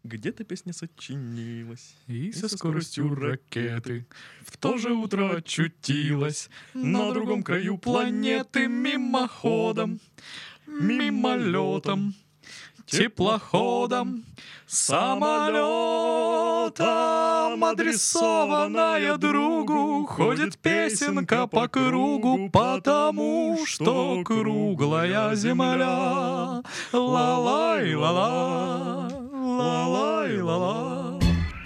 Где-то песня сочинилась И со скоростью ракеты в то же утро очутилась на другом краю планеты мимоходом, мимолетом, теплоходом, самолетом, адресованная другу. Ходит песенка по кругу, потому что круглая земля. Ла-лай, ла-ла, ла-лай, ла-ла.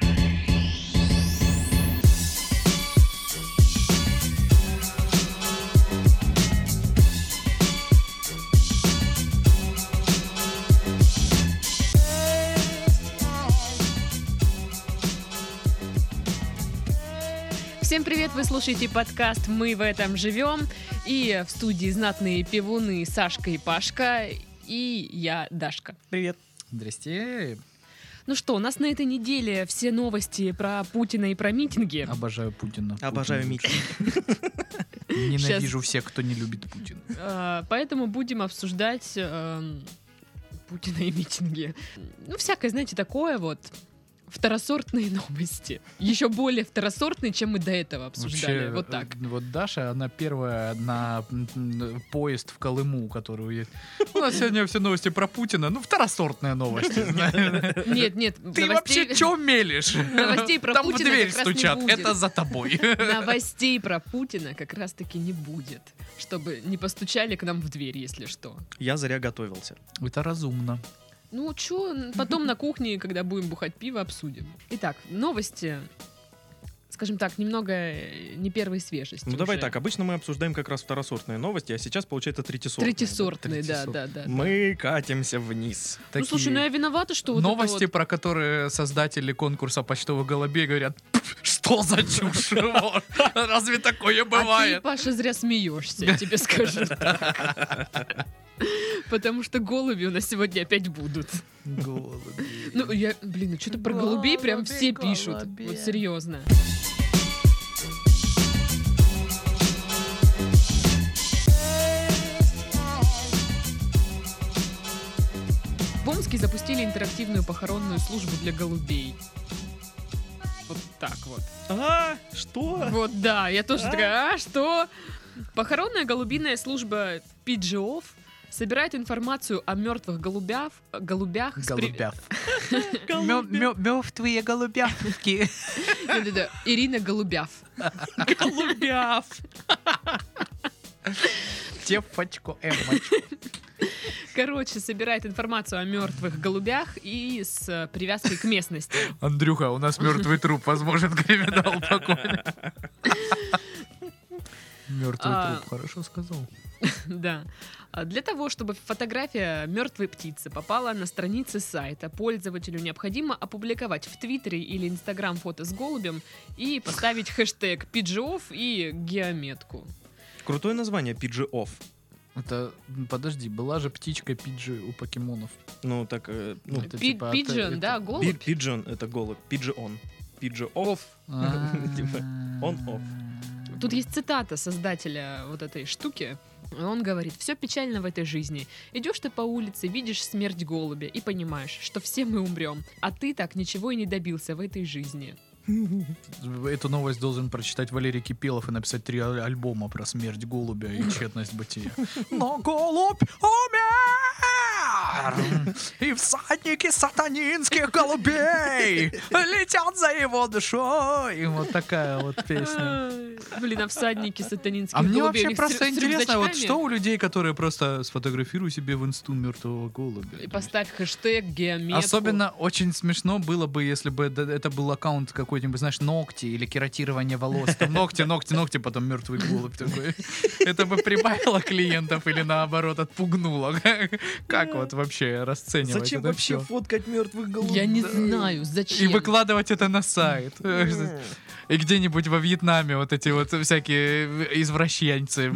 Всем привет, вы слушаете подкаст «Мы в этом живем». И в студии знатные пивуны Сашка и Пашка. И я, Дашка. Привет. Здрасте. Ну что, у нас на этой неделе все новости про Путина и про митинги. Обожаю Путина. Обожаю митинги. Ненавижу всех, кто не любит Путина. Поэтому будем обсуждать Путина и митинги. Ну, всякое, знаете, такое вот. Второсортные новости. Еще более второсортные, чем мы до этого обсуждали. Вообще, вот так. Вот Даша, она первая на поезд в Колыму, которую есть. У нас сегодня все новости про Путина. Ну, второсортные новости. Нет. Ты вообще что мелешь? Новостей про Там в Путина дверь как раз не стучат. будет. Это за тобой. Новостей про Путина как раз-таки не будет. Чтобы не постучали к нам в дверь, если что. Я зря готовился. Это разумно. Ну, чё, потом на кухне, когда будем бухать пиво, обсудим. Итак, новости, скажем так, немного не первой свежести. Ну давай уже. так, обычно мы обсуждаем как раз второсортные новости, а сейчас получается третьесортные. Третьесортные, да. Мы катимся вниз. Ну, слушай, ну я виновата, что вот новости, это про которые создатели конкурса почтовых голубей говорят, что за чушь? Вот. Разве такое вот... А ты, бывает? Паша, зря смеешься, я тебе скажу. Потому что голуби у нас сегодня опять будут. Голуби. Ну, что-то про голубей прям все пишут. Голуби. Вот серьезно. В Омске запустили интерактивную похоронную службу для голубей. Вот так вот. А, что? Вот да, я тоже такая, что? Похоронная голубиная служба PGOF собирает информацию о мертвых голубях с Голубяв. Мертвые голубявки. Да-да-да, Ирина Голубяв. Голубяв. Тефочку, эмочку. Короче, собирает информацию о мертвых голубях и с привязкой к местности. Андрюха, у нас мертвый труп, возможен криминал покойный. Мертвый труп, хорошо сказал. Да. Для того, чтобы фотография мертвой птицы попала на страницы сайта, пользователю необходимо опубликовать в Твиттере или Инстаграм фото с голубем и поставить хэштег PGOF и геометку. Крутое название, PG-Off. Это, подожди, была же птичка Пиджи у покемонов. Ну, так, Это Пиджин, да, голубь? Pigeon — это голубь, PG-On. PG-Off, типа, on-off. Тут есть цитата создателя вот этой штуки. Он говорит: все печально в этой жизни. Идешь ты по улице, видишь смерть голубя и понимаешь, что все мы умрем. А ты так ничего и не добился в этой жизни. Эту новость должен прочитать Валерий Кипелов и написать 3 альбома про смерть голубя и тщетность бытия. Но голубь умер! И всадники сатанинских голубей летят за его душой! И вот такая вот песня. Блин, а всадники сатанинских А мне голубей, вообще у них просто с интересно, вот рюкзачками? что у людей, которые просто сфотографируют себе в инсту мертвого голубя. И поставь хэштег, геометку. Особенно очень смешно было бы, если бы это был аккаунт какой-нибудь, знаешь, ногти или кератирование волос. Там ногти, потом мертвый голубь такой. Это бы прибавило клиентов или наоборот отпугнуло? Как вот вообще расценивать Зачем это вообще всё? фоткать мертвых голубей? Я не знаю, И зачем. выкладывать это на сайт. И где-нибудь во Вьетнаме вот эти вот всякие извращенцы.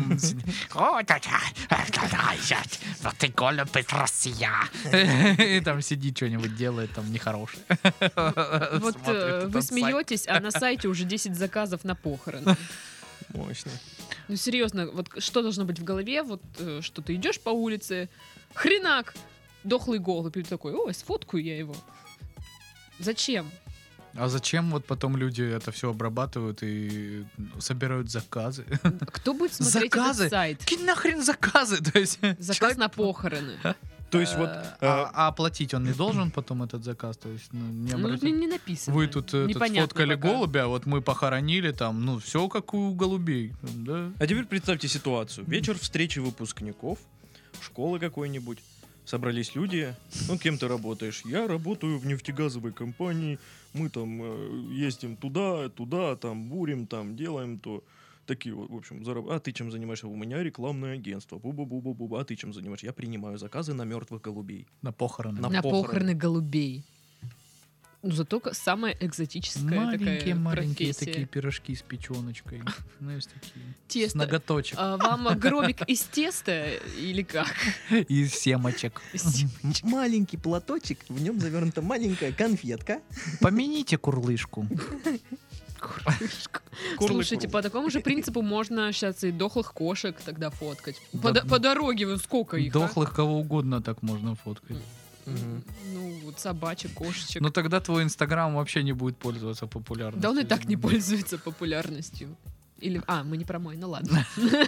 Вот ты голубь из России. И там сидит, что-нибудь делает, там нехорошее. Вот вы смеетесь, а на сайте уже 10 заказов на похороны. Мощно. Ну серьезно, вот что должно быть в голове? Вот что ты идешь по улице, хренак, дохлый голубь, и ты такой: ой, сфоткаю я его. Зачем? А зачем вот потом люди это все обрабатывают и собирают заказы? Кто будет смотреть Заказы? этот сайт? Какие нахрен заказы? То есть Заказ человек- на похороны. То есть вот... А оплатить он не должен потом этот заказ? То есть, не Ну, обратить? не написано. Вы тут Непонятно сфоткали пока. голубя, вот мы похоронили там, ну, все как у голубей. Да? А теперь представьте ситуацию. Вечер встречи выпускников, школы какой-нибудь. Собрались люди. Ну, кем ты работаешь? Я работаю в нефтегазовой компании. Мы там ездим туда, там бурим, там делаем то. Такие вот, в общем, А ты чем занимаешься? У меня рекламное агентство. Бу-бу-бу-бу-бу. А ты чем занимаешься? Я принимаю заказы на мертвых голубей. На похороны. На На похороны. похороны голубей. Ну, зато самая экзотическая Маленькие такая профессия. такие пирожки с печеночкой. Знаешь, такие. С Тесто. ноготочек. А вам гробик из теста или как? Из семочек. Маленький платочек, в нем завернута маленькая конфетка. Помяните курлышку. Слушайте, по такому же принципу можно сейчас и дохлых кошек тогда фоткать. По дороге вы сколько их, а? Дохлых кого угодно так можно фоткать. Ну, вот собачек, кошечек. Но тогда твой инстаграм вообще не будет пользоваться популярностью. Да он и так не пользуется популярностью. Или... мы не про мой, ну ладно.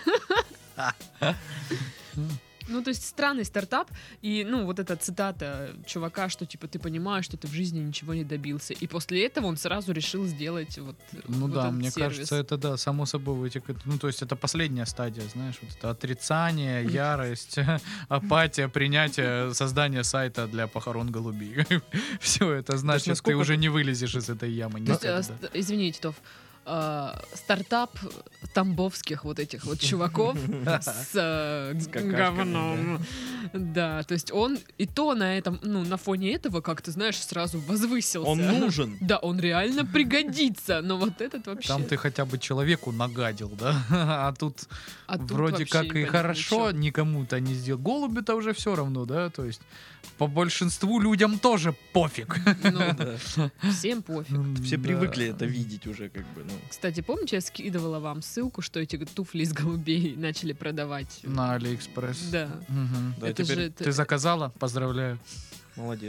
Ну, то есть странный стартап, и, ну, вот эта цитата чувака, что, типа, ты понимаешь, что ты в жизни ничего не добился. И после этого он сразу решил сделать вот Ну вот да, этот мне сервис. кажется, это да, само собой вытекает. Ну, то есть это последняя стадия, знаешь, вот это отрицание, ярость, апатия, принятие, создание сайта для похорон голубей. Все это значит, ты насколько- уже не вылезешь из этой ямы. То есть, никогда. извини, Титов, стартап тамбовских вот этих вот чуваков с какашками, говном. Да, то есть он и то на этом, ну, на фоне этого, как ты знаешь, сразу возвысился. Он нужен. Да, он реально пригодится, но вот этот вообще... Там ты хотя бы человеку нагадил, да? А тут А тут вроде вообще как и непонятно хорошо, чё. никому-то не сделал. Голуби-то уже все равно, да? То есть по большинству людям тоже пофиг. Ну, Да. всем пофиг. Все Да. привыкли это видеть уже, как бы, ну. Кстати, помните, я скидывала вам ссылку, что эти туфли из голубей начали продавать? На Алиэкспресс. Да. Мгм. Да, Это теперь же... Ты заказала? Поздравляю. молодец.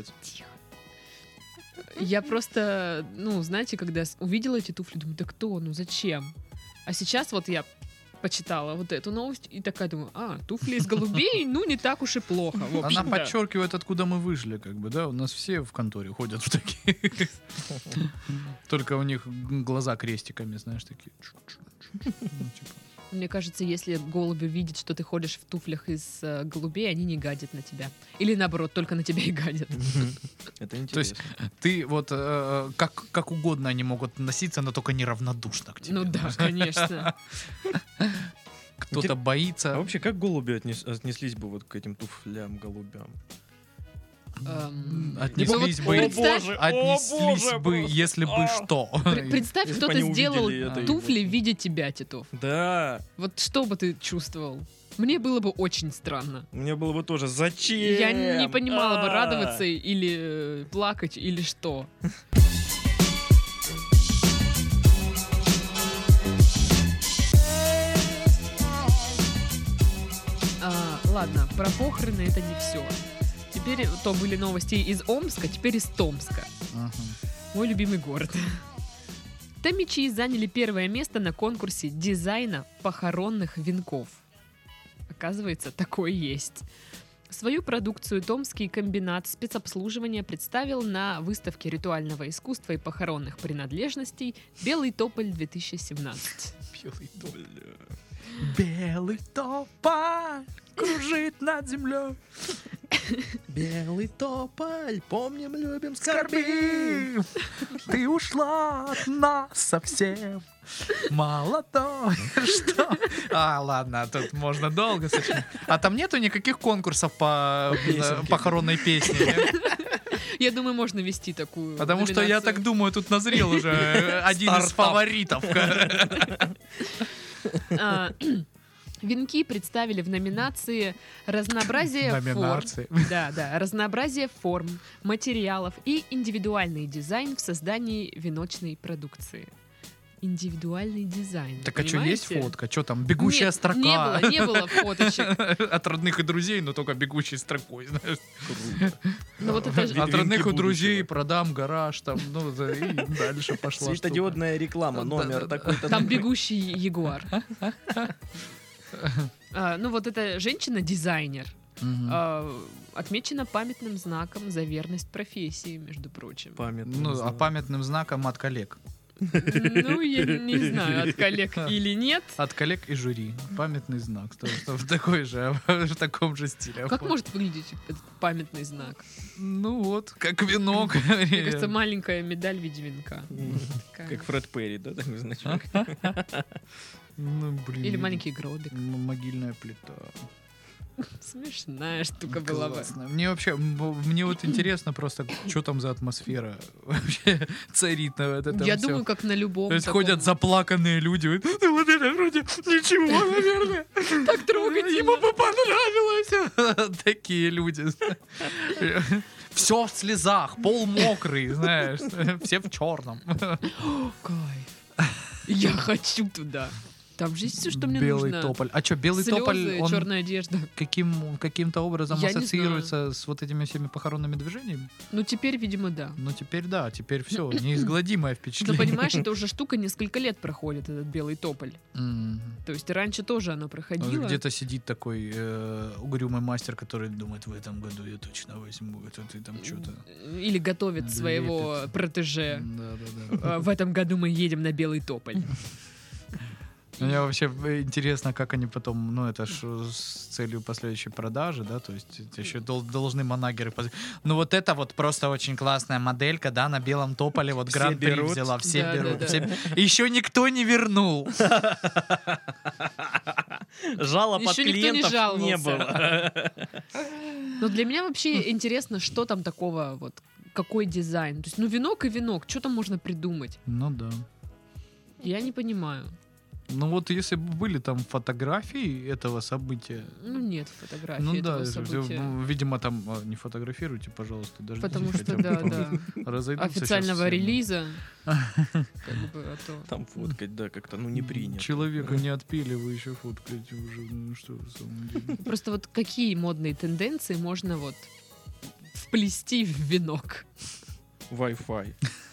Я просто, ну, знаете, когда увидела эти туфли, думаю, да кто, ну зачем? А сейчас вот я почитала вот эту новость и такая думаю, туфли из голубей, ну не так уж и плохо. В Она общем, да. подчеркивает, откуда мы вышли, как бы, да? У нас все в конторе ходят в такие. Только у них глаза крестиками, знаешь, такие. Ну, типа. Мне кажется, если голуби видят, что ты ходишь в туфлях из голубей, они не гадят на тебя. Или наоборот, только на тебя и гадят. Это То есть интересно. ты вот как угодно они могут носиться, но только неравнодушно к тебе. Ну да, конечно. Кто-то А боится. вообще, как голуби отнеслись бы вот к этим туфлям голубям? Отнеслись Ну бы, вот представь- отнеслись бы, если бы что. Представь, Если бы кто-то они сделал увидели это, туфли и в виде тебя, Титов. Да, Вот что бы ты чувствовал? Мне было бы очень странно. у меня было бы тоже зачем? Я не понимала бы, А. радоваться или плакать, или что. Ладно, про похороны это не все. Теперь то были новости из Омска, теперь из Томска. Ага. Мой любимый город. Томичи заняли первое место на конкурсе дизайна похоронных венков. Оказывается, такое есть. Свою продукцию Томский комбинат спецобслуживания представил на выставке ритуального искусства и похоронных принадлежностей «Белый тополь 2017». Белый тополь. Белый тополь кружит над землей. Белый тополь, помним, любим, скорбим. Ты ушла от нас совсем. Молодой, что? Ладно, тут можно долго сочинять. А там нету никаких конкурсов по Песенки. похоронной песне, нет? Я думаю, можно вести такую Потому что я номинацию. так думаю, тут назрел уже один из Стартап. фаворитов. Венки представили в номинации «Разнообразие форм». Номинации. Да, разнообразие форм, материалов и индивидуальный дизайн в создании веночной продукции. индивидуальный дизайн. Так а что, есть понимаете? фотка? Что там, бегущая Нет, строка? Не было фоточек. От родных и друзей, но только бегущей строкой, знаешь. Ну вот это же... От родных и друзей будущего. продам гараж, там, ну, да, и дальше пошла штука. Светодиодная реклама, номер Да-да-да. такой-то. Там бегущий ягуар. Ну вот эта женщина-дизайнер Мгм. отмечена памятным знаком за верность профессии, между прочим. Памятный Ну, а знак. памятным знаком от коллег. Ну, я не знаю, от коллег или нет. От коллег и жюри. Памятный знак. Что в такой же, в таком же стиле. Как может выглядеть этот памятный знак? Ну вот, как венок. Мне кажется, маленькая медаль в виде венка. Такая. Как Фред Перри, да, такой значок. Ну, блин. Или маленький гробик. Могильная плита. Смешная штука была бы. Классно. Мне вообще, мне вот интересно просто, что там за атмосфера вообще царит на этом Я всём. думаю, как на любом То есть таком- ходят заплаканные люди. говорят, ну вот это вроде ничего, наверное. Так трогательно. Ему бы понравилось. Такие люди. Все в слезах, пол мокрый, знаешь. Все в черном. О, кайф. Я хочу туда. Там же есть все, что мне Белый нужно. тополь. А что, белый Слезы, тополь, он черная одежда. каким-то образом Я не ассоциируется с вот этими всеми похоронными движениями? Ну, теперь, видимо, да. Ну, теперь да, теперь все, неизгладимое Но впечатление. понимаешь, это уже штука несколько лет проходит, этот белый тополь. М. То есть раньше тоже оно проходило. Где-то сидит такой угрюмый мастер, который думает, в этом году я точно возьму, это ты там что-то. Или готовит своего Лепит. протеже. Да-да-да. В этом году мы едем на белый тополь. Мне вообще интересно, как они потом, ну это ж с целью последующей продажи, да, то есть еще должны манагеры. Ну вот это вот просто очень классная моделька, да, на белом тополе, вот Все Гран-при берут. взяла, все Да, берут. да, да. все- Еще никто не вернул. Жалоб от Еще никто не клиентов жаловался. не было. Но для меня вообще интересно, что там такого, вот, какой дизайн. То есть, ну, венок и венок, что там можно придумать? Ну да. Я не понимаю. Ну вот если бы были там фотографии этого события, Ну, нет фотографии ну этого да, события. видимо там не фотографируйте, пожалуйста, даже Потому что, да, да. Официального релиза. Как бы, а то... Там фоткать, да, как-то, ну, не принято. Человека не отпели, вы еще фоткаете уже, ну что в самом деле. Просто вот какие модные тенденции можно вот вплести в венок? Wi-Fi.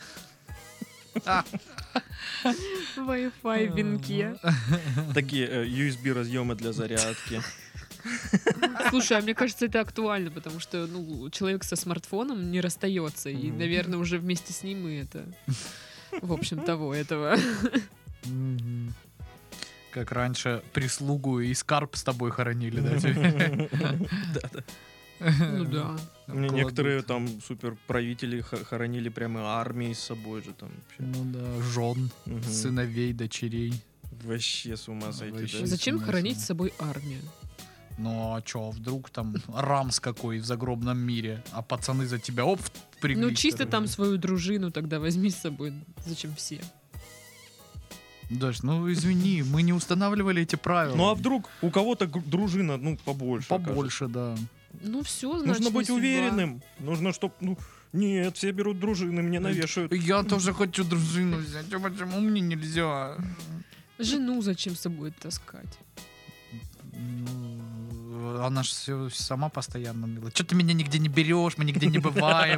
Wi-Fi в венке. Такие USB разъемы для зарядки. Слушай, а мне кажется, это актуально, потому что, ну, человек со смартфоном не расстается, и, Мгм. наверное, уже вместе с ним и это, в общем, того, этого. Мгм. Как раньше прислугу и скарб с тобой хоронили, да? тебе? Да-да. Ну да. Мне Кладут. некоторые там суперправители хоронили прямо армией с собой же там. вообще. Ну да, жен, Мгм. сыновей, дочерей. Вообще с ума сойти. Вообще. да. Зачем смысл? хоронить с собой армию? Ну а чё, вдруг там рамс какой в загробном мире, а пацаны за тебя, оп, впряглись. Ну, чисто короче. там свою дружину тогда возьми с собой. Зачем все? Даш, ну извини, мы не устанавливали эти правила. Ну а вдруг у кого-то дружина, ну, побольше. Побольше, да. Ну, все, значит, Нужно не быть судьба. уверенным. Нужно, чтоб, ну, нет, все берут дружины, мне навешают. Я тоже хочу дружину взять, а почему мне нельзя? Жену зачем с собой таскать? Ну, она же все сама постоянно мила. Че ты меня нигде не берешь, мы нигде не бываем.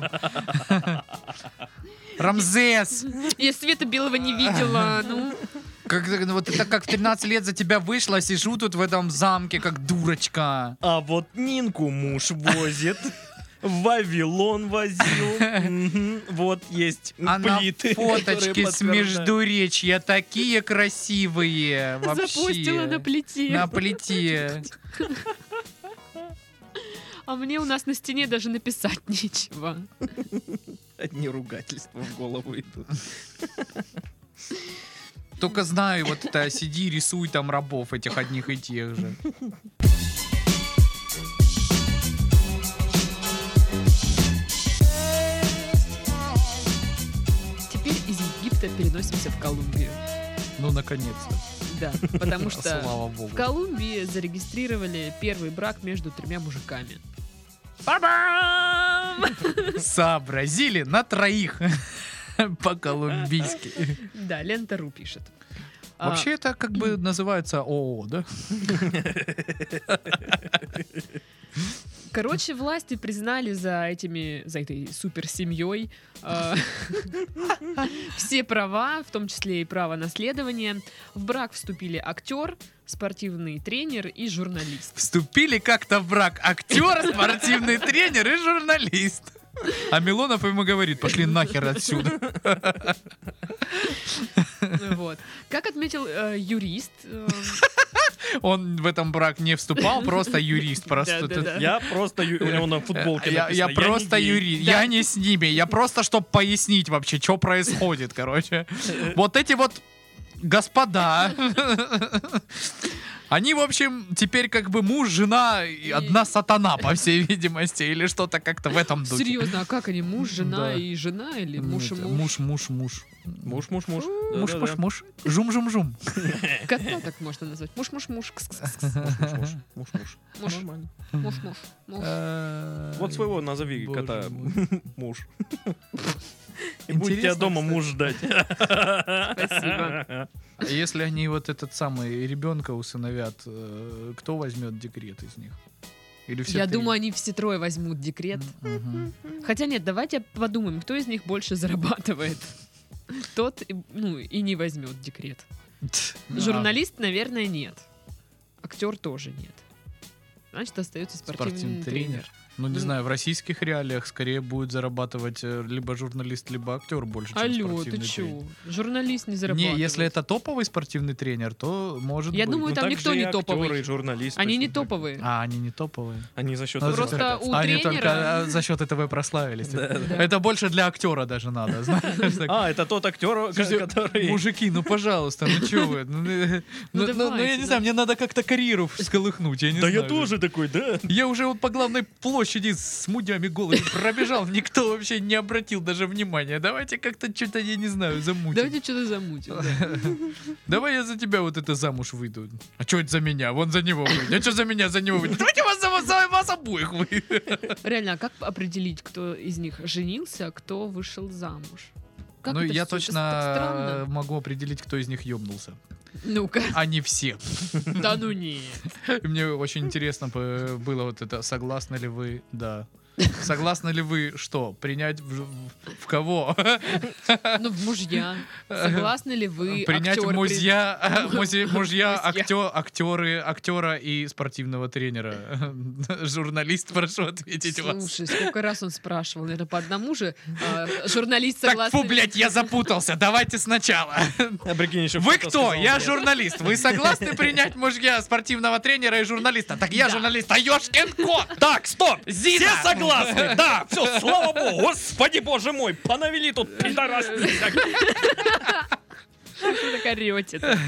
Рамзес! Я света белого не видела, ну... Ну, вот это как в 13 лет за тебя вышла, сижу тут в этом замке, как дурочка. А вот Нинку муж возит. В Вавилон возил. Мгм. Вот есть А на плиты. фоточки которые с подтверждают. междуречья такие красивые. Вообще. Запустила на плите. На плите. А мне у нас на стене даже написать нечего. Одни ругательства в голову идут. Только знаю, вот это сиди, рисуй там рабов этих одних и тех же. Теперь из Египта переносимся в Колумбию. Ну, наконец-то. Да, потому что Слава богу. в Колумбии зарегистрировали первый брак между 3 мужиками. Сообразили на троих. По-колумбийски. Да, Лента.ру пишет. Вообще это как бы называется ООО, да? Короче, власти признали за этой суперсемьей все права, в том числе и право наследования. В брак вступили актер, спортивный тренер и журналист. Вступили как-то в брак актер, спортивный тренер и журналист. А Милонов ему говорит: пошли нахер отсюда. Вот. Как отметил юрист... Он в этом брак не вступал, просто юрист. Да-да-да. Я просто... У него на футболке Я написано, просто не гей. юрист. Да. Я не с ними. Я просто, чтобы пояснить вообще, что происходит, короче. Вот эти вот господа. Они, в общем, теперь как бы муж, жена и одна сатана, по всей видимости, или что-то как-то в этом духе. Серьезно, а как они? Муж, жена Да. и жена? Или муж и муж? Муж. Муж. Муж. Жум. Кота так можно назвать. Муж. Кс-кс-кс. Муж. Муж. Нормально. Муж. Вот своего назови Боже кота мой. муж. И будет тебя Интересно, дома кстати. муж ждать. Спасибо. Если они вот этот самый ребенка усыновят, кто возьмет декрет из них? Или все Я три? думаю, они все трое возьмут декрет. Мгм. Хотя нет, давайте подумаем, кто из них больше зарабатывает. Тот, и не возьмет декрет. Журналист, наверное, нет. Актер тоже нет. Значит, остается спортивный тренер. Ну, не Ну, знаю, в российских реалиях скорее будет зарабатывать либо журналист, либо актер больше, чем Алло, ты спортивный чё? тренер. Журналист не зарабатывает. Не, если это топовый спортивный тренер, то может Я быть. думаю, Ну, там так никто же и не актеры, топовый. и журналисты. Они не точно так. топовые. А, они не топовые. Они за счет Ну, Просто этого у Они тренера- только за счет этого и прославились. Да, да. Это больше для актера даже надо, знаешь. так. А, это тот актер, Слушайте, который... Мужики, ну пожалуйста, ну чё вы? Ну, я давайте, не да. знаю, мне надо как-то карьеру всколыхнуть, я не Да знаю. я тоже такой, да. Я уже вот по главной площади с мудями голыми пробежал, никто вообще не обратил даже внимания. Давайте как-то что-то, я не знаю, замутим. Давайте что-то замутим. да. Давай я за тебя вот это замуж выйду. А что это за меня? Вон за него выйду. А что за меня за него выйду? Давайте за вас обоих выйду. Реально, а как определить, кто из них женился, а кто вышел замуж? Как Ну, это я всё? Это так точно странно. могу определить, кто из них ёбнулся. Ну-ка. А не все. Да ну нет. И мне очень интересно было вот это, согласны ли вы, да. Согласны ли вы, что, принять в кого? Ну, в мужья. Согласны ли вы, Принять актер, мужья Мужья. актера и спортивного тренера. Журналист, прошу ответить вас. Слушай, сколько раз он спрашивал, наверное, по одному же. Журналист Так, согласен. фу, блядь, я запутался. Давайте сначала. А прикинь, еще Вы кто-то кто? сказал Я нет. журналист. Вы согласны принять мужья спортивного тренера и журналиста? Так я Да. журналист. А ёшкин кот! Так, стоп! Зина! Все согласны? Да, все, слава богу! Господи, боже мой, понавели тут пидорасты. Что вы так орете-то?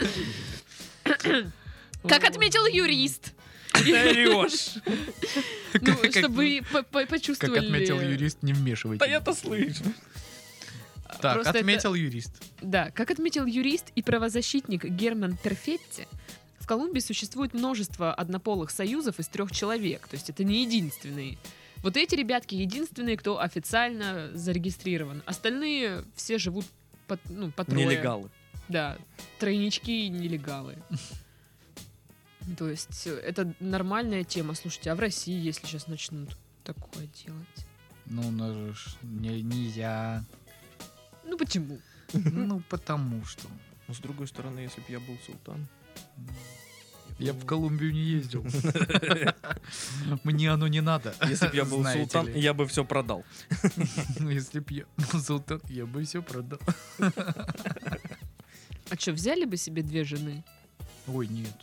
Как отметил юрист. Даешь. Ну, Как- чтобы вы Как почувствовали... отметил юрист, не Да вмешивайтесь. я-то слышу. Так, Просто отметил юрист. Да, как отметил юрист и правозащитник Герман Перфетти, в Колумбии существует множество однополых союзов из 3 человек, то есть это не единственные. Вот эти ребятки единственные, кто официально зарегистрирован. Остальные все живут по трое. Нелегалы. Да, тройнички и нелегалы. То есть это нормальная тема. Слушайте, а в России, если сейчас начнут такое делать? Ну, у нас же ж нельзя. Ну почему? Ну, потому что. Но с другой стороны, если бы я был султан... Я в Колумбию не ездил. Мне оно не надо. Если бы я был знаете султан, ли. я бы все продал. Если б я был султан, я бы все продал. А что, взяли бы себе 2 жены? Ой, нет.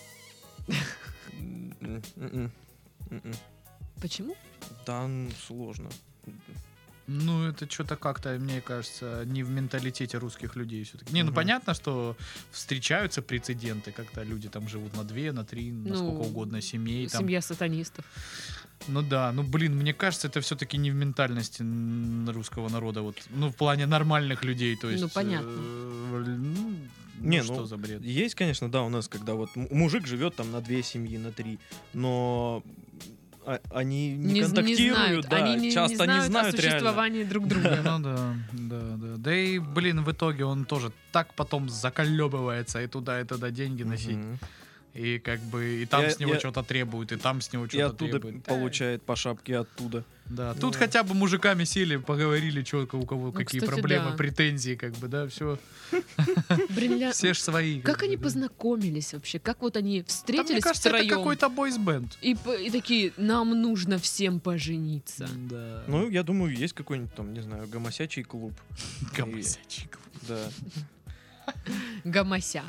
Почему? Да, сложно. Ну, это что-то как-то, мне кажется, не в менталитете русских людей все-таки. Не, ну Мгм. понятно, что встречаются прецеденты, когда люди там живут на 2, на 3, на Ну, сколько угодно семей. Там. Семья сатанистов. Ну да, ну блин, мне кажется, это все-таки не в ментальности русского народа, вот, ну в плане нормальных людей, то есть. Ну, понятно. Не, что ну, за бред? Есть, конечно, да, у нас, когда вот мужик живет там на 2 семьи, на 3, но они не контактируют, знают. да, Они часто не не знают знают о реально. существовании друг друга. Ну да. Да и, блин, в итоге он тоже так потом заколебывается и туда деньги носить. Мгм. И как бы и там с него Я- что-то требуют, и там с него И что-то оттуда требуют. получает по шапке оттуда. Да, Ну. тут хотя бы мужиками сели, поговорили, четко у кого какие кстати, проблемы, да. претензии, как бы, да, все. Блин, Все ж свои. как бы, они да. познакомились вообще? Как вот они Да, мне встретились кажется, это втроем какой-то бойсбенд. и такие, нам нужно всем пожениться. Да. Ну, я думаю, есть какой-нибудь там, не знаю, гомосячий клуб. гомосячий клуб. Да. Гомося.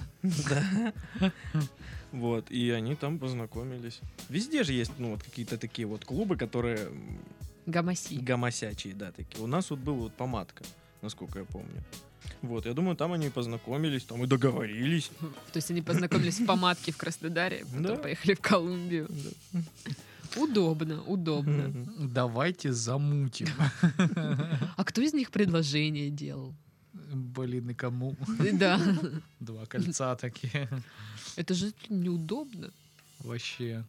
Вот, и они там познакомились. Везде же есть, ну, вот какие-то такие вот клубы, которые Гомоси. гомосячие, да, такие. У нас вот был вот помадка, насколько я помню. Вот, я думаю, там они познакомились, там и договорились. То есть они познакомились в помадке в Краснодаре, потом Да. поехали в Колумбию. Удобно, удобно. Мгм. Давайте замутим. А кто из них предложение делал? Блин, и кому? Да, 2 кольца такие. это же неудобно. Вообще.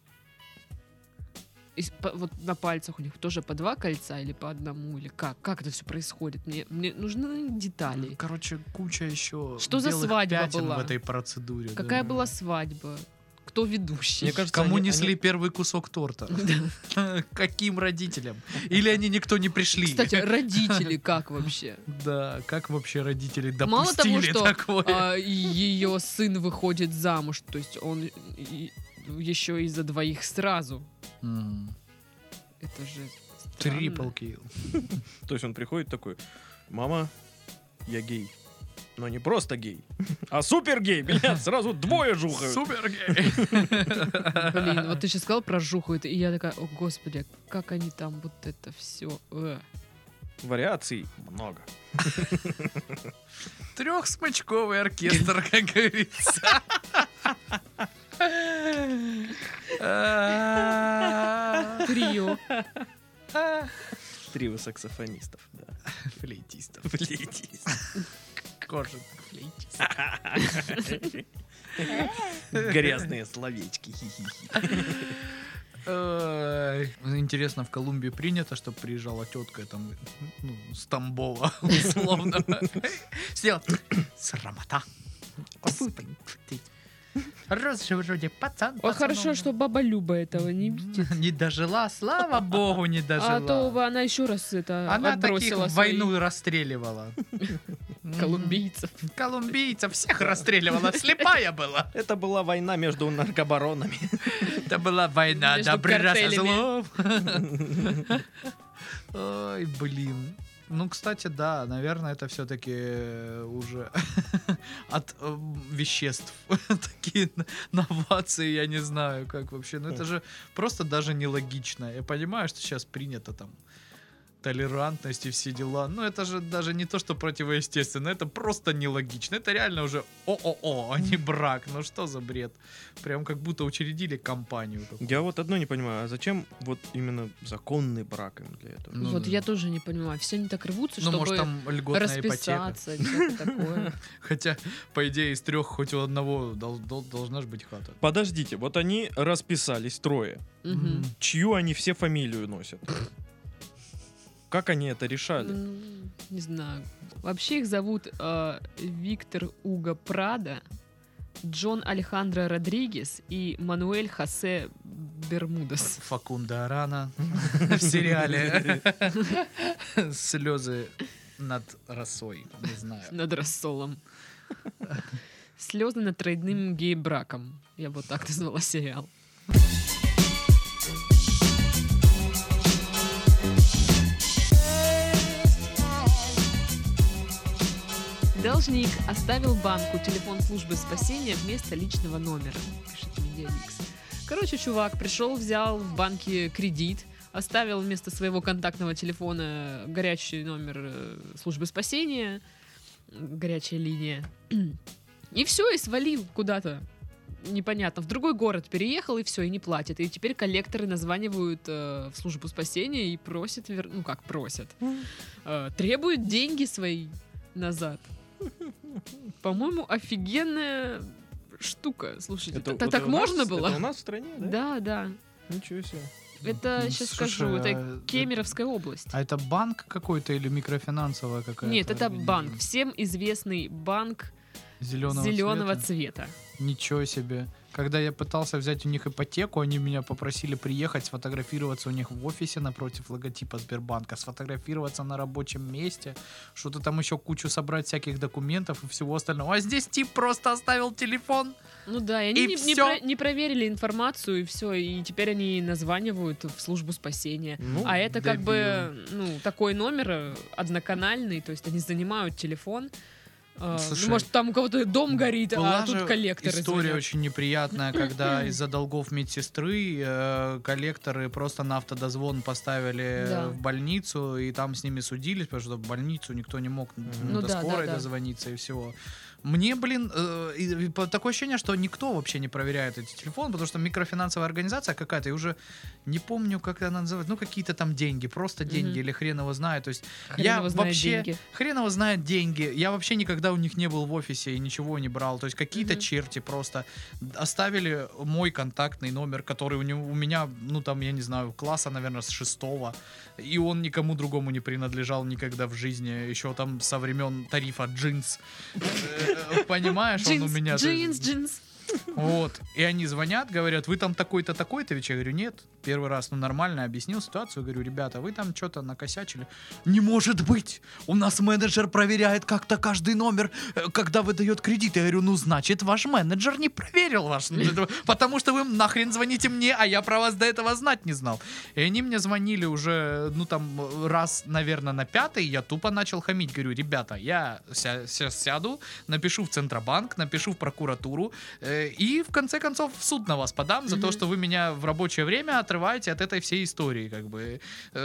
Вот на пальцах у них тоже по 2 кольца или по одному, или как? Как это все происходит? Мне нужны детали. Короче, куча еще Что за белых свадьба пятен была? в этой процедуре. Какая да. была свадьба? Кто ведущий? Мне кажется, Кому они- несли они- первый кусок торта? Да. Каким родителям? Или они никто не пришли? Кстати, родители как вообще? Да, как вообще родители Мало того, допустили что такое? ее сын выходит замуж, то есть он еще и за 2 сразу. М, Это же странно. Трипл килл. То есть он приходит такой: мама, я гей. Но не просто гей, а супер гей, блядь, сразу 2 жухают. Супер гей. Блин, вот ты сейчас сказал про жухают, и я такая, о господи, а как они там вот это все. Вариаций много. 3-смычковый оркестр, как говорится. Трио. 3 саксофонистов, да. Флейтистов. Флейтист. Кожаных флейтистов. Грязные словечки. хи-хи-хи. Ой. Интересно, в Колумбии принято, чтобы приезжала тетка там, ну, с Тамбова, условно. Сидела. Срамота. Господи. Рос же вроде пацан. Ой, хорошо, что баба Люба этого не видит. Не дожила, слава богу, не дожила. А то бы она еще раз это Она таких отбросила в своих войну расстреливала. колумбийцев. Колумбийцев всех расстреливала. Слепая была. Это была война между наркобаронами. Это была война Между добра со картелями. злом. Ой, блин. Ну, кстати, да, наверное, это все-таки уже от веществ такие новации, я не знаю, как вообще. Ну, это же просто даже нелогично. Я понимаю, что сейчас принято там толерантность и все дела. Но это же даже не то, что противоестественно, это просто нелогично. Это реально уже ООО, а не брак. Ну что за бред? Прям как будто учредили компанию. какую-то. Я вот одно не понимаю, а зачем вот именно законный брак им для этого? Ну Вот да. я тоже не понимаю. Все они так рвутся, Ну, может, чтобы там льготная ипотека. расписаться, и что-то такое. Хотя, по идее, из 3 хоть у одного должна же быть хата. Подождите, вот они расписались 3. Мгм. Чью они все фамилию носят? Как они это решали? Не знаю. Вообще их зовут Виктор Уго Прадо, Джон Алехандро Родригес и Мануэль Хосе Бермудес. Факунда Арана в сериале «Слезы над росой». Не знаю. Над рассолом. Слезы над тройным гей-браком. Я бы вот так назвала сериал. Должник оставил банку телефон службы спасения вместо личного номера, пишет Медиаликс. Короче, чувак пришел, взял в банке кредит, оставил вместо своего контактного телефона горячий номер службы спасения, горячая линия, и все, и свалил куда-то. Непонятно, в другой город переехал, и все, и не платит. И теперь коллекторы названивают в службу спасения и просят, ну как просят, требуют деньги свои назад. По-моему, офигенная штука. Слушайте, Это так у нас- можно было? Это у нас в стране, да? Да, да. Ничего себе. Это, Ну, сейчас слушай, скажу, это а Кемеровская область. А это банк какой-то или микрофинансовая какая-то? Нет, это банк. Всем известный банк зеленого цвета. Ничего себе. Когда я пытался взять у них ипотеку, они меня попросили приехать сфотографироваться у них в офисе напротив логотипа Сбербанка, сфотографироваться на рабочем месте, что-то там еще кучу собрать всяких документов и всего остального. А здесь тип просто оставил телефон. Ну да, и они И всё. не проверили информацию, и все, и теперь они названивают в службу спасения. Ну, А это как бы, дебилы. такой номер одноканальный, то есть они занимают телефон. Слушай, Может, там у кого-то дом горит, Была а тут же коллекторы история звонят. очень неприятная, когда из-за долгов медсестры коллекторы просто на автодозвон поставили Да. в больницу, и там с ними судились, потому что в больницу никто не мог Ну до да, скорой да. дозвониться и всего. Мне, такое ощущение, что никто вообще не проверяет эти телефоны, потому что микрофинансовая организация какая-то, я уже не помню, как она называется, ну какие-то там деньги, просто деньги, Мгм. или хрен его знает. То есть Хрен я его знает вообще деньги. хрен его знает деньги. Я вообще никогда у них не был в офисе и ничего не брал. То есть какие-то Мгм. черти просто оставили мой контактный номер, который у меня, ну там, я не знаю, класса, наверное, с 6-го. И он никому другому не принадлежал никогда в жизни. Еще там со времен тарифа джинс. Понимаешь, он у меня... Джинс. Вот. И они звонят, говорят, вы там такой-то, такой-то. Ведь я говорю, нет. Первый раз, нормально объяснил ситуацию. Говорю, ребята, вы там что-то накосячили. Не может быть! У нас менеджер проверяет как-то каждый номер, когда выдает кредит. Я говорю, значит, ваш менеджер не проверил ваш... Потому что вы нахрен звоните мне, а я про вас до этого знать не знал. И они мне звонили уже, раз, наверное, на 5-й. Я тупо начал хамить. Говорю, ребята, я сейчас сяду, напишу в Центробанк, напишу в прокуратуру, и в конце концов в суд на вас подам за то, что вы меня в рабочее время отрываете от этой всей истории, как бы.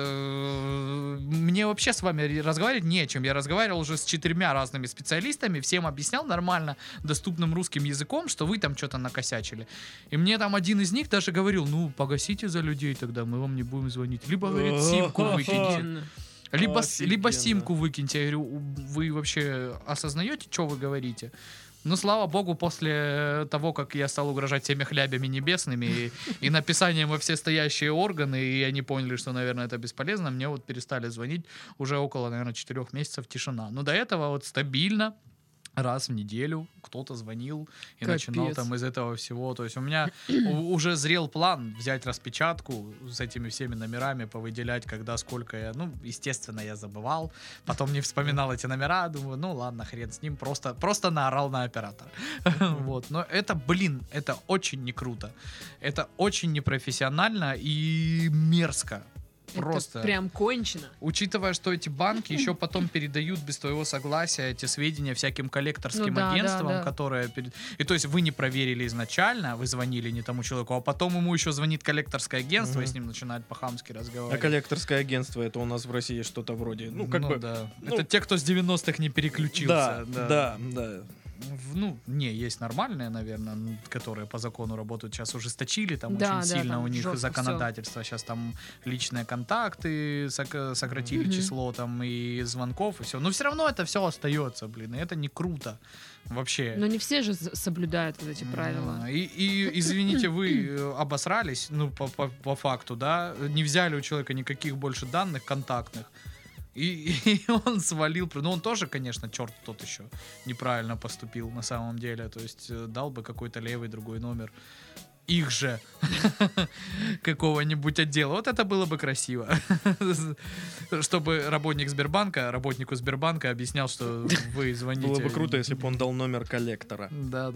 Мне вообще с вами разговаривать не о чем. Я разговаривал уже с 4 разными специалистами, всем объяснял нормально, доступным русским языком, что вы там что-то накосячили. И мне там один из них даже говорил, погасите за людей тогда, мы вам не будем звонить. Либо, говорит, симку выкиньте. Офигенно. Либо Офигенно. симку выкиньте. Я говорю, вы вообще осознаете, что вы говорите? Ну, слава богу, после того, как я стал угрожать всеми хлябями небесными и написанием во все стоящие органы, и они поняли, что, наверное, это бесполезно, мне вот перестали звонить уже около, наверное, 4 месяцев тишина. Но до этого вот стабильно раз в неделю кто-то звонил и Капец. начинал там из этого всего. То есть у меня уже зрел план взять распечатку с этими всеми номерами, повыделять, когда, сколько я... естественно, я забывал. Потом не вспоминал эти номера. Думаю, ладно, хрен с ним. Просто наорал на оператора. Вот. Но это, это очень не круто. Это очень непрофессионально и мерзко. Просто. Это прям кончено. Учитывая, что эти банки еще потом передают без твоего согласия эти сведения всяким коллекторским Да, агентствам, да. которые... И то есть вы не проверили изначально, вы звонили не тому человеку, а потом ему еще звонит коллекторское агентство и с ним начинает по-хамски А разговаривать. коллекторское агентство, это у нас в России что-то вроде, Да. Это те, кто с 90-х не переключился. Да. Есть нормальные, наверное, которые по закону работают. Сейчас ужесточили, там Да, очень да, сильно там у них жестко законодательство. Сейчас там личные контакты сократили число там и звонков, и все. Но все равно это все остается, и это не круто вообще. Но не все же соблюдают вот эти правила. И извините, вы обосрались, по факту, да, не взяли у человека никаких больше данных контактных. И он свалил. Он тоже, конечно, черт тот еще неправильно поступил на самом деле. То есть дал бы какой-то левый другой номер. Их же какого-нибудь отдела. Вот это было бы красиво. Чтобы работнику Сбербанка объяснял, что вы звоните. Было бы круто, если бы он дал номер коллектора. Да.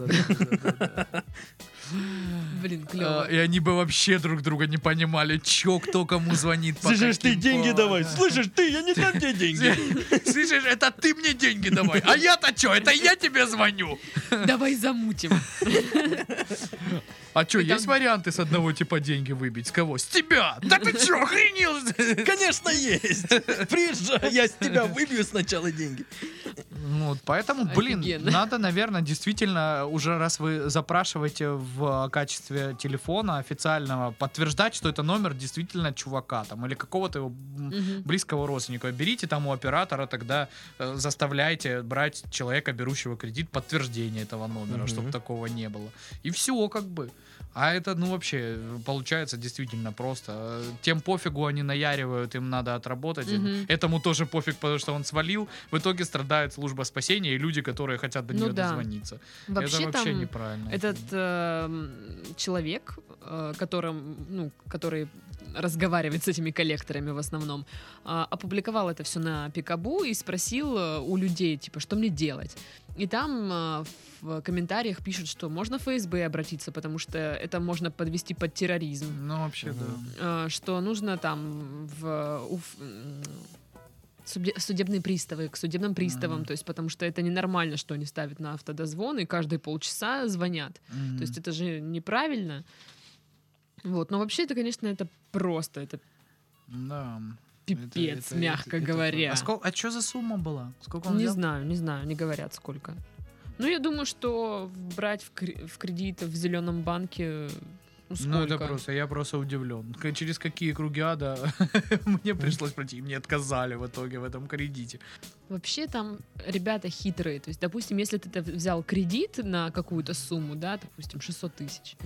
Блин, клево. И они бы вообще друг друга не понимали, кто кому звонит. по Слышишь, ты каким деньги поводам. давай. Слышишь, ты, я не дам тебе деньги. Слышишь, это ты мне деньги давай. А я-то что? Это я тебе звоню. Давай замутим. А что, И там- есть варианты с одного типа деньги выбить? С кого? С тебя! Да ты что, охренел? Конечно, есть. Приезжай, я с тебя выбью сначала деньги. Ну, вот поэтому, блин, Офигенно. надо, наверное, действительно, уже раз вы запрашиваете в качестве телефона официального, подтверждать, что это номер действительно чувака там или какого-то его Мгм. близкого родственника. Берите там у оператора, тогда заставляйте брать человека, берущего кредит, подтверждение этого номера, Мгм. чтобы такого не было. И все как бы. А это, ну, вообще, получается действительно просто. Тем пофигу они наяривают, им надо отработать. Мгм. Этому тоже пофиг, потому что он свалил. В итоге страдает служба спасения и люди, которые хотят до Ну нее да. дозвониться. Вообще это вообще там неправильно. этот человек, который разговаривает с этими коллекторами в основном, опубликовал это все на Пикабу и спросил у людей, типа, что мне делать. И там в комментариях пишут, что можно в ФСБ обратиться, потому что это можно подвести под терроризм. Ну, вообще, да. Что нужно там судебные приставы, к судебным приставам, Мгм. то есть потому что это ненормально, что они ставят на автодозвон и каждые полчаса звонят. Мгм. То есть это же неправильно. Вот, но вообще это, конечно, это просто, это Да. пипец, Это- мягко это- говоря. А что за сумма была? Сколько он Не взял? знаю, не говорят сколько. Ну, я думаю, что брать в кредит в зеленом банке, ну, сколько? Ну, это просто, я просто удивлен. Через какие круги ада мне пришлось пройти, и мне отказали в итоге в этом кредите. Вообще там ребята хитрые. То есть, допустим, если ты взял кредит на какую-то сумму, да, допустим, 600 тысяч,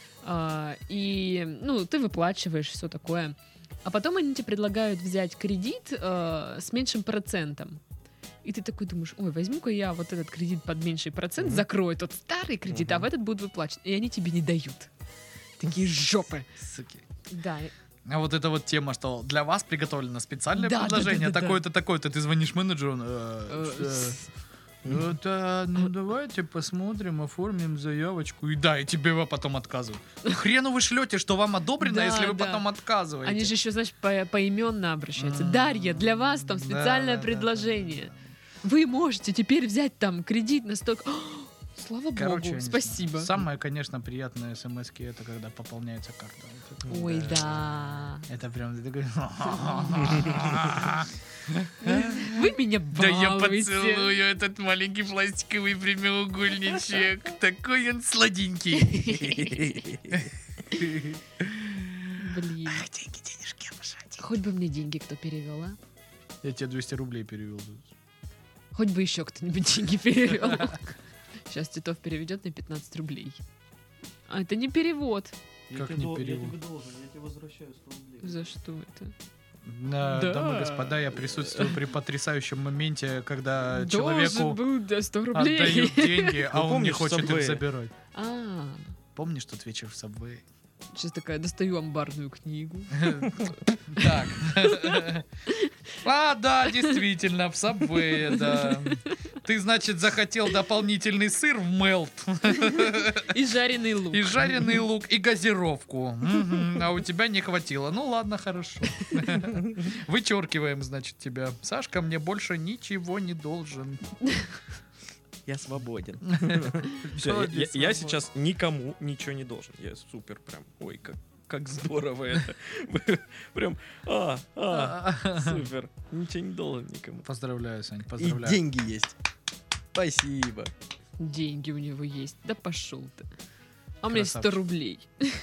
и, ну, ты выплачиваешь все такое, а потом они тебе предлагают взять кредит с меньшим процентом. И ты такой думаешь, ой, возьму-ка я вот этот кредит под меньший процент, Мгм. закрою тот старый кредит, а в этот будут выплачивать. И они тебе не дают. Такие жопы. Суки. Да. А вот эта вот тема, что для вас приготовлено специальное Да, предложение, да. такое-то, такое-то, ты звонишь менеджеру, ну давайте посмотрим, оформим заявочку, и да, и тебе его потом отказывают. Хрену вы шлете, что вам одобрено, Да, если вы да. потом отказываете. Они же еще, значит, поименно обращаются. М, Дарья, для вас там да, специальное да, предложение. Вы можете теперь взять там кредит на столько... Слава Короче, я богу, не знаю. спасибо. Самое, конечно, приятное смс-ки это когда пополняется карта. Вот это- Ой, да. Это прям ты такой... Вы меня Да я балуете. поцелую этот маленький пластиковый прямоугольничек. Такой он сладенький. Блин. Деньги, денежки, обожайте. Хоть бы мне деньги кто перевел, а? Я тебе 200 рублей перевел. Хоть бы еще кто-нибудь деньги перевел. Сейчас Титов переведет мне 15 рублей. А это не перевод. Как не перевод? Я тебе должен, я тебе возвращаю 100 рублей. За что это? Да, Да. дамы и господа, я присутствую при потрясающем моменте, когда Должен человеку был до 100 рублей. отдают деньги, а Ну, он не помнишь, в хочет их Subway? забирать. А, Помнишь тот вечер в Subway? сейчас такая, достаю амбарную книгу. Так. А, да, действительно, в Subway, да. Ты, значит, захотел дополнительный сыр в мелт, И жареный лук. и жареный лук, и газировку. Мгм, а у тебя не хватило. Ну ладно, хорошо. Вычеркиваем, значит, тебя. Сашка мне больше ничего не должен. Я свободен. Всё, Всё, я я свободен. сейчас никому ничего не должен. Я супер прям. Ой, как здорово это. Прям, супер. Ничего не должен никому. Поздравляю, Сань, И поздравляю. деньги есть. Спасибо. Деньги у него есть. Да пошел ты. А у меня есть 100 Красавчик. рублей.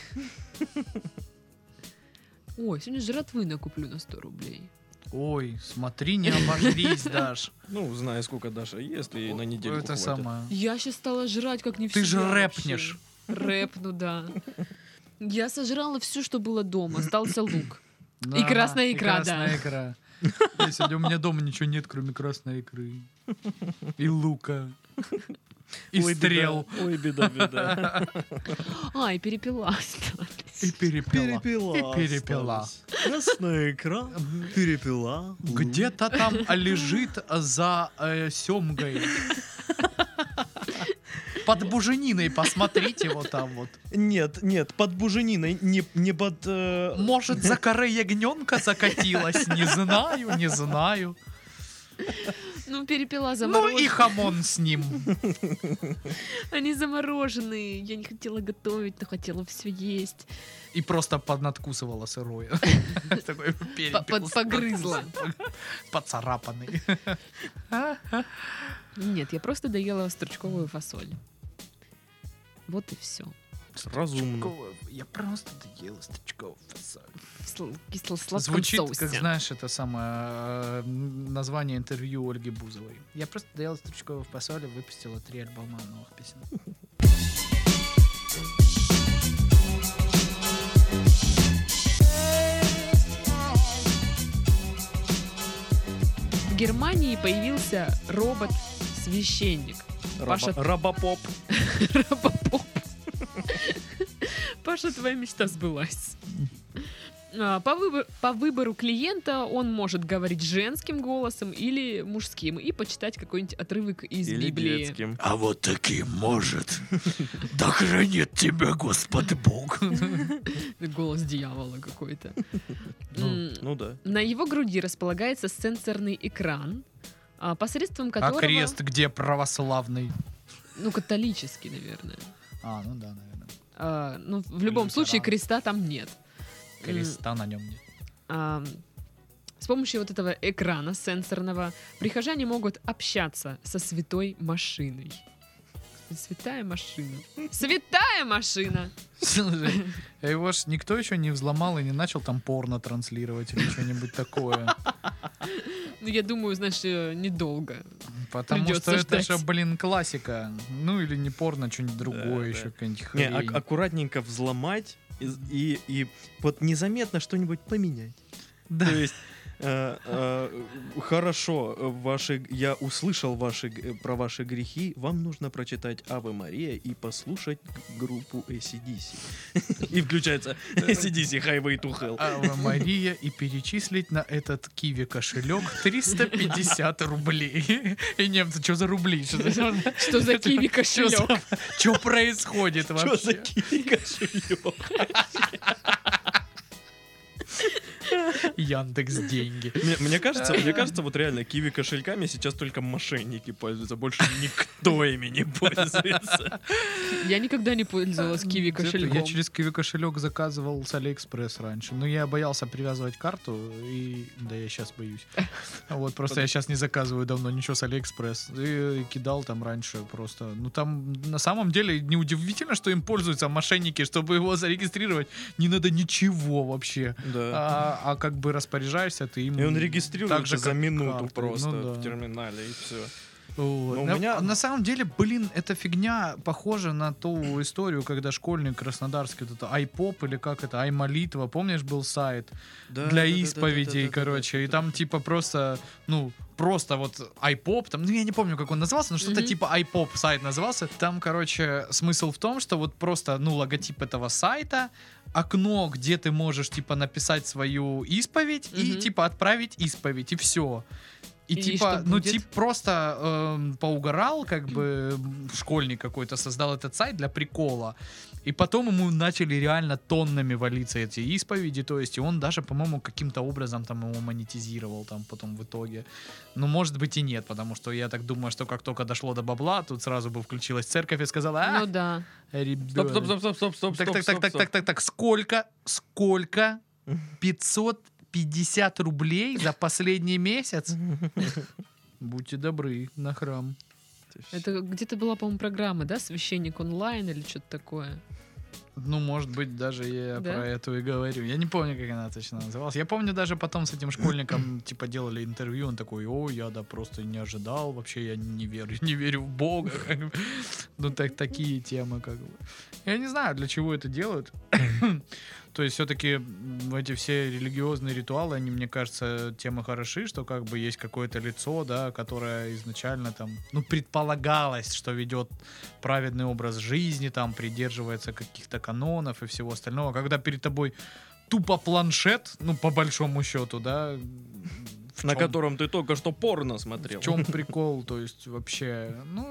Ой, сегодня жратвы накуплю на 100 рублей. Ой, смотри, не обожрись, Даш. Ну, зная, сколько Даша ест, и на неделю Это хватит. самое. Я сейчас стала жрать, как не в Ты же себя рэпнешь. вообще. Рэпну, да. Я сожрала все, что было дома. Остался лук. Да, И красная икра, и красная да. икра. Да, сегодня у меня дома ничего нет, кроме красной икры. И лука. И Ой, стрел. беда. Ой, беда. А, и перепила И осталась. перепела. Перепела. И перепела. осталась. Красная икра. Перепела. Где-то там лежит за семгой. Под бужениной, посмотрите вот там вот. Нет, под бужениной, не под... Может, за коры ягненка закатилась? Не знаю, не знаю. Ну, перепела Ну замороженные. и хамон с ним. Они замороженные. Я не хотела готовить, но хотела все есть. И просто поднадкусывала сырое. Такой перепел. Погрызла. Поцарапанный. Нет, я просто доела стручковую фасоль. Вот и все. Разумно. Я просто доела стручковую фасоль. В кисло-сладком Звучит, соусе. как знаешь, это самое название интервью Ольги Бузовой. Я просто доела стручковую фасоль и выпустила 3 альбома новых песен. В Германии появился робот-священник. Паша- Рабопоп. Робопоп. Паша, твоя мечта сбылась. По выбору клиента он может говорить женским голосом или мужским и почитать какой-нибудь отрывок из Или Библии. детским. А вот таким может. Да хранит тебя Господь Бог. Голос дьявола какой-то. Ну да. На его груди располагается сенсорный экран, посредством которого... А крест где православный? Ну, католический, наверное. Ну да, наверное. Ну, в любом случае, Лютеран. креста там нет. Креста на нем нет. С помощью вот этого экрана сенсорного прихожане могут общаться со святой машиной. Святая машина. Святая машина! Слушай, а его ж никто еще не взломал и не начал там порно транслировать или что-нибудь такое. Ну, я думаю, знаешь, недолго. Потому Придется что это ждать. же, блин, классика. Ну или не порно, что-нибудь другое Да, еще, да. какая-нибудь Не, хрень. аккуратненько взломать и вот незаметно что-нибудь поменять. Да. То есть хорошо, я услышал про ваши грехи, вам нужно прочитать Аве Мария и послушать группу AC/DC. И включается AC/DC Highway to Hell. Ава Мария и перечислить на этот киви кошелек 350 рублей. И немцы, что за рубли? Что за киви кошелек? Что происходит Что за вообще? киви кошелек? Яндекс деньги. Мне кажется, вот реально киви кошельками сейчас только мошенники пользуются, больше никто ими не пользуется. Я никогда не пользовалась киви Я кошельком. через киви кошелек заказывал с Алиэкспресс раньше. Но я боялся привязывать карту, и да, я сейчас боюсь. Вот просто я сейчас не заказываю давно ничего с Алиэкспресс. И кидал там раньше просто. Ну там на самом деле неудивительно, что им пользуются мошенники, чтобы его зарегистрировать. Не надо ничего вообще. Да. А как бы распоряжаешься ты им. И он так регистрируется же, за как минуту карты. просто Ну да. в терминале, и все. Вот. Но у меня- На самом деле, блин, эта фигня похожа на ту историю, когда школьник краснодарский, вот это iPop или как это, iMolitva, помнишь, был сайт для исповедей, короче, и там типа просто, просто вот iPop, там, я не помню, как он назывался, но что-то Мгм. типа iPop сайт назывался. Там, короче, смысл в том, что вот просто, логотип этого сайта, окно, где ты можешь, типа, написать свою исповедь и, Мгм. типа, отправить исповедь, и все. И, И типа, что будет? просто поугарал, как бы, школьник какой-то создал этот сайт для прикола. И потом ему начали реально тоннами валиться эти исповеди, то есть, и он даже, по-моему, каким-то образом там его монетизировал там потом в итоге. Ну, может быть и нет, потому что я так думаю, что как только дошло до бабла, тут сразу бы включилась церковь и сказала: Ну да. ребят, Стоп. так, сколько? 550 рублей за последний месяц? Будьте добры, на храм. Это где-то была, по-моему, программа, да? Священник онлайн или что-то такое. Ну, может быть, даже я Да? про эту и говорю. Я не помню, как она точно называлась. Я помню, даже потом с этим школьником, типа, делали интервью, он такой: я просто не ожидал, вообще я не верю в Бога. как бы. Ну, такие темы, как бы. Я не знаю, для чего это делают. То есть все-таки эти все религиозные ритуалы, они, мне кажется, тем и хороши, что как бы есть какое-то лицо, да, которое изначально там, предполагалось, что ведет праведный образ жизни, там, придерживается каких-то канонов и всего остального. Когда перед тобой тупо планшет, по большому счету, да, На котором ты только что порно смотрел. в чем прикол, то есть вообще,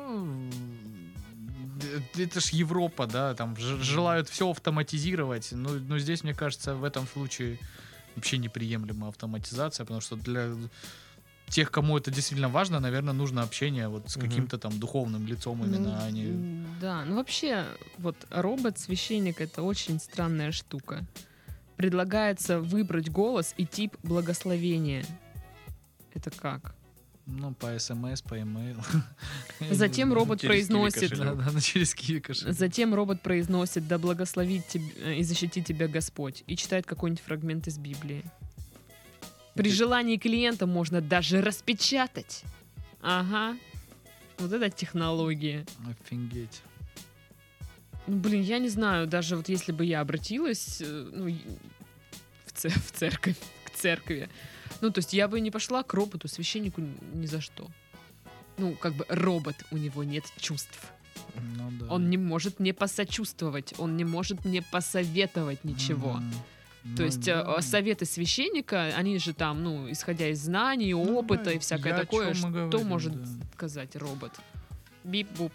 это ж Европа, да, там желают все автоматизировать, но здесь, мне кажется, в этом случае вообще неприемлема автоматизация, потому что тех, кому это действительно важно, наверное, нужно общение вот с Мгм. каким-то там духовным лицом именно, а не... Да, ну вообще, вот робот-священник — это очень странная штука. Предлагается выбрать голос и тип благословения. Это как? Ну, по СМС, по имейл. Затем робот Через произносит... киви-кошелек. Да, через Киви кошелек. Затем робот произносит «Да благословит тебя и защитит тебя Господь» и читает какой-нибудь фрагмент из Библии. При желании клиента можно даже распечатать. Ага. Вот это технология. Офигеть. Ну, блин, я не знаю, даже вот если бы я обратилась в церковь, к церкви, ну, то есть я бы не пошла к роботу, священнику ни за что. Ну, как бы робот, у него нет чувств. Ну да. Он не может мне посочувствовать, он не может мне посоветовать ничего. Ну, То есть да. советы священника, они же там, ну, исходя из знаний, опыта да, и всякое я о такое, чём и что говорю, может да. сказать робот? Бип-буп.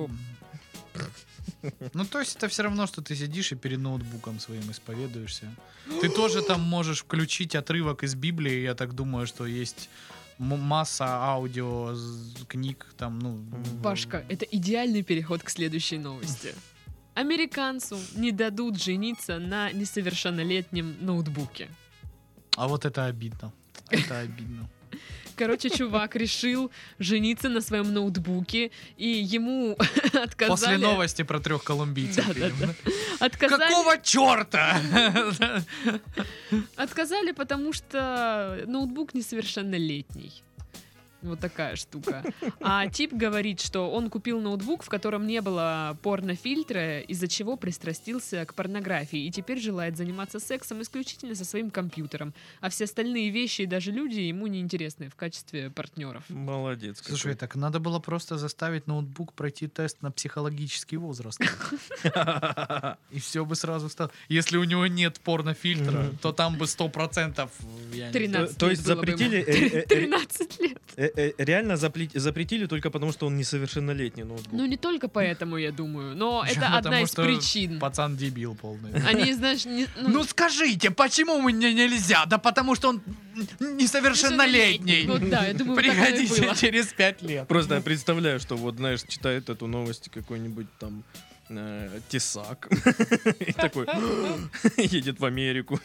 Ну, то есть это все равно, что ты сидишь и перед ноутбуком своим исповедуешься. Ты тоже там можешь включить отрывок из Библии. Я так думаю, что есть масса аудио, книг там, ну... Пашка, это идеальный переход к следующей новости. Американцу не дадут жениться на несовершеннолетнем ноутбуке. А вот это обидно. Это обидно. Короче, чувак решил жениться на своем ноутбуке, и ему отказали... После новости про 3 колумбийцев. Да. видимо. Отказали, Какого черта? отказали, потому что ноутбук несовершеннолетний. Вот такая штука. А тип говорит, что он купил ноутбук, в котором не было порнофильтра, из-за чего пристрастился к порнографии и теперь желает заниматься сексом исключительно со своим компьютером. А все остальные вещи и даже люди ему неинтересны в качестве партнеров. Молодец. Слушай, так надо было просто заставить ноутбук пройти тест на психологический возраст. И все бы сразу стало. Если у него нет порнофильтра, то там бы 100%... я не знаю. 13 То лет есть было бы ему. запретили... 13 лет. Реально запретили только потому, что он несовершеннолетний ноутбук. Ну, не только поэтому, я думаю, но это Потому одна из что причин. Пацан дебил полный. Они, знаешь, не, Ну скажите, почему мне нельзя? Да потому что он несовершеннолетний. Вот да, я думаю, так оно и Приходите было. через 5 лет. Просто я представляю, что вот, знаешь, читает эту новость какой-нибудь там тесак и такой едет в Америку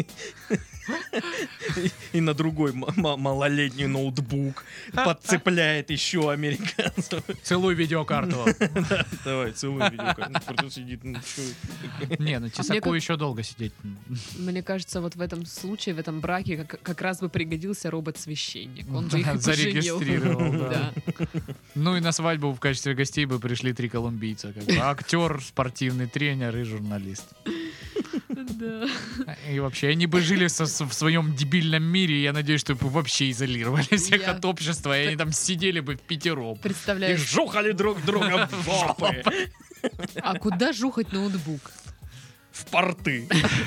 и на другой малолетний ноутбук подцепляет еще американцев. Целуй видеокарту. Давай, целуй видеокарту. Просто сидит, ну чё это такое? Не, ну Тесаку еще долго сидеть. Мне кажется, вот в этом случае, в этом браке как раз бы пригодился робот-священник. Он бы их Да, и поженил. зарегистрировал, да. Да. Ну и на свадьбу в качестве гостей бы пришли 3 колумбийца. Как бы. Актер, спортивный тренер и журналист. Да. И вообще, они бы жили в своем дебильном мире, и я надеюсь, что бы вообще изолировали всех Я- от общества, и они там сидели бы впятером. И Представляешь, жухали друг друга в жопы. а куда жухать ноутбук? В порты.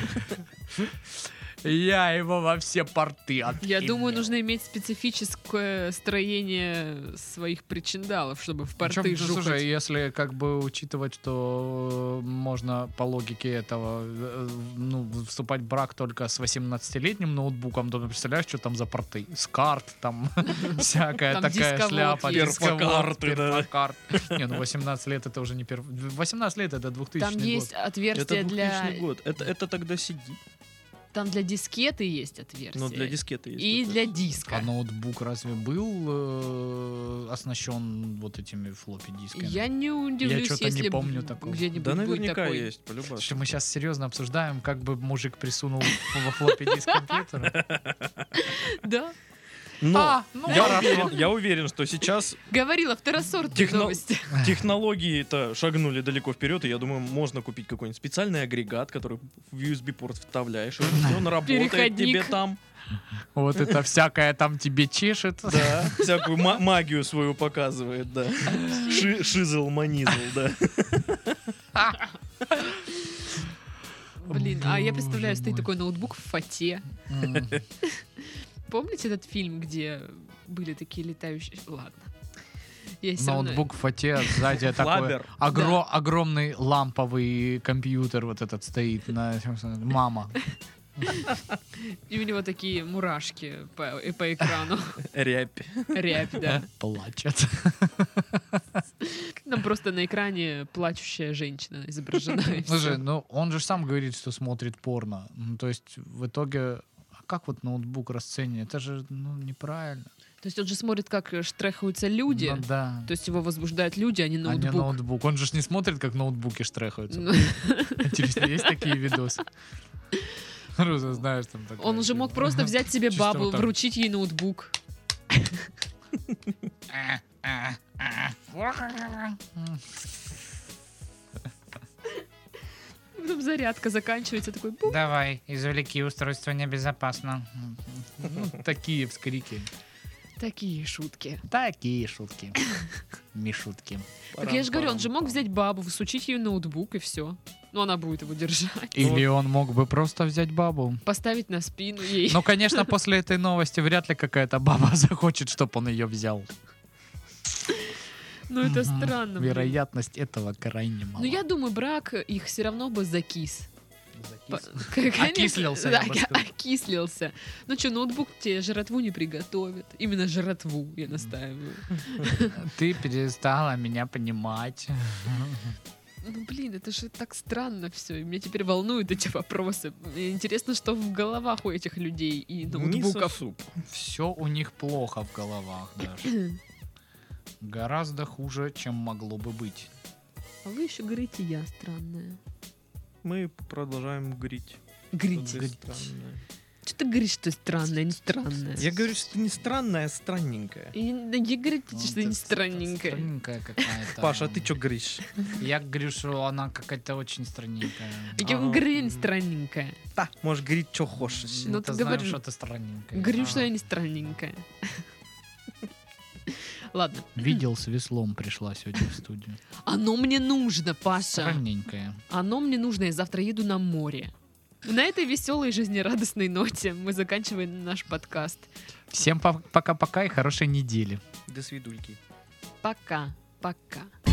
Я его во все порты откинул. Я думаю, нужно иметь специфическое строение своих причиндалов, чтобы в порты Причем, жухать. слушай, если как бы учитывать, что можно по логике этого ну, вступать в брак только с 18-летним ноутбуком, то ты представляешь, что там за порты? Скарт, там всякая Там такая дисковод шляпа. есть. дисковод, Перфокарты, да. перфокарт. Не, ну 18 лет это уже не 18 лет это 2000 Там год. есть отверстие Это для... 2000 год. Это тогда CD. Там для дискеты есть отверстие. Но для дискеты есть. И это. для диска. А ноутбук разве был оснащен вот этими флоппи дисками? Я не удивлюсь, что-то не если помню такого. где-нибудь Да будет наверняка такой. есть, по-любому. Слушай, мы сейчас серьезно обсуждаем, как бы мужик присунул во флоппи диск компьютера. Да. Но ну я уверен, что сейчас Говорила, второсортные Техно- новости. технологии-то шагнули далеко вперед, и я думаю, можно купить какой-нибудь специальный агрегат, который в USB-порт вставляешь, и он работает Переходник. тебе там. Вот это всякое там тебе чешет. Да, всякую магию свою показывает, да. Шизл-манизл, да. Блин, а я представляю, Боже стоит мой. такой ноутбук в фате. Помните этот фильм, где были такие летающие... Ладно. Я всё равно- Ноутбук в фате, сзади такой Флабер. огромный ламповый компьютер вот этот стоит. Мама. И у него такие мурашки по экрану. Рябь. Рябь, да. Плачет. Там просто на экране плачущая женщина изображена. и всё. Слушай, ну он же сам говорит, что смотрит порно. Ну, то есть в итоге, а как вот ноутбук расценивает? Это же неправильно. То есть он же смотрит, как штрехаются люди. Ну да. То есть его возбуждают люди, а не А не ноутбук. ноутбук. Он же ж не смотрит, как ноутбуки штрехаются. Ну, Интересно, есть такие видосы? Просто знаешь, там такое. Он уже мог просто взять себе Чисто бабу, вот так. вручить ей ноутбук. Потом зарядка заканчивается, такой буп. Давай, извлеки устройство небезопасно. Ну, такие вскрики. Такие шутки. Такие шутки. Мишутки. Так я же говорю, он же мог взять бабу, всучить ей ноутбук и все. Ну, она будет его держать. Или он мог бы просто взять бабу. Поставить на спину ей. Ну, конечно, после этой новости вряд ли какая-то баба захочет, чтобы он ее взял. Ну, это Мгм. странно. блин. Вероятность этого крайне мала. Ну, я думаю, брак их все равно бы закис. Окислился, я бы сказал. Окислился. Ну что, ноутбук тебе жратву не приготовит. Именно жратву, я настаиваю. Ты перестала меня понимать. Ну, блин, это же так странно все. И меня теперь волнуют эти вопросы. Мне интересно, что в головах у этих людей и ноутбуков. Мисо-суп. Все у них плохо в головах даже. Гораздо хуже, чем могло бы быть. А вы еще говорите, я странная. Мы продолжаем грить. Грить. Что ты странная. Что ты говоришь, что странная, не странная? Я говорю, что ты не странная, а странненькая. И не говорите, Ну, что не странненькая. Странненькая какая-то. Паша, а ты что говоришь? Я говорю, что она какая-то очень странненькая. Я говорю, не странненькая. Да, можешь говорить, что хочешь. Ну, Это ты знаем, говоришь. что ты странненькая. Говорю, что я не странненькая. Ладно. Видел, с веслом пришла сегодня в студию. Оно мне нужно, Паша. Странненькая. Оно мне нужно, я завтра еду на море. На этой веселой, жизнерадостной ноте мы заканчиваем наш подкаст. Всем пока-пока и хорошей недели. До свидульки. Пока. Пока.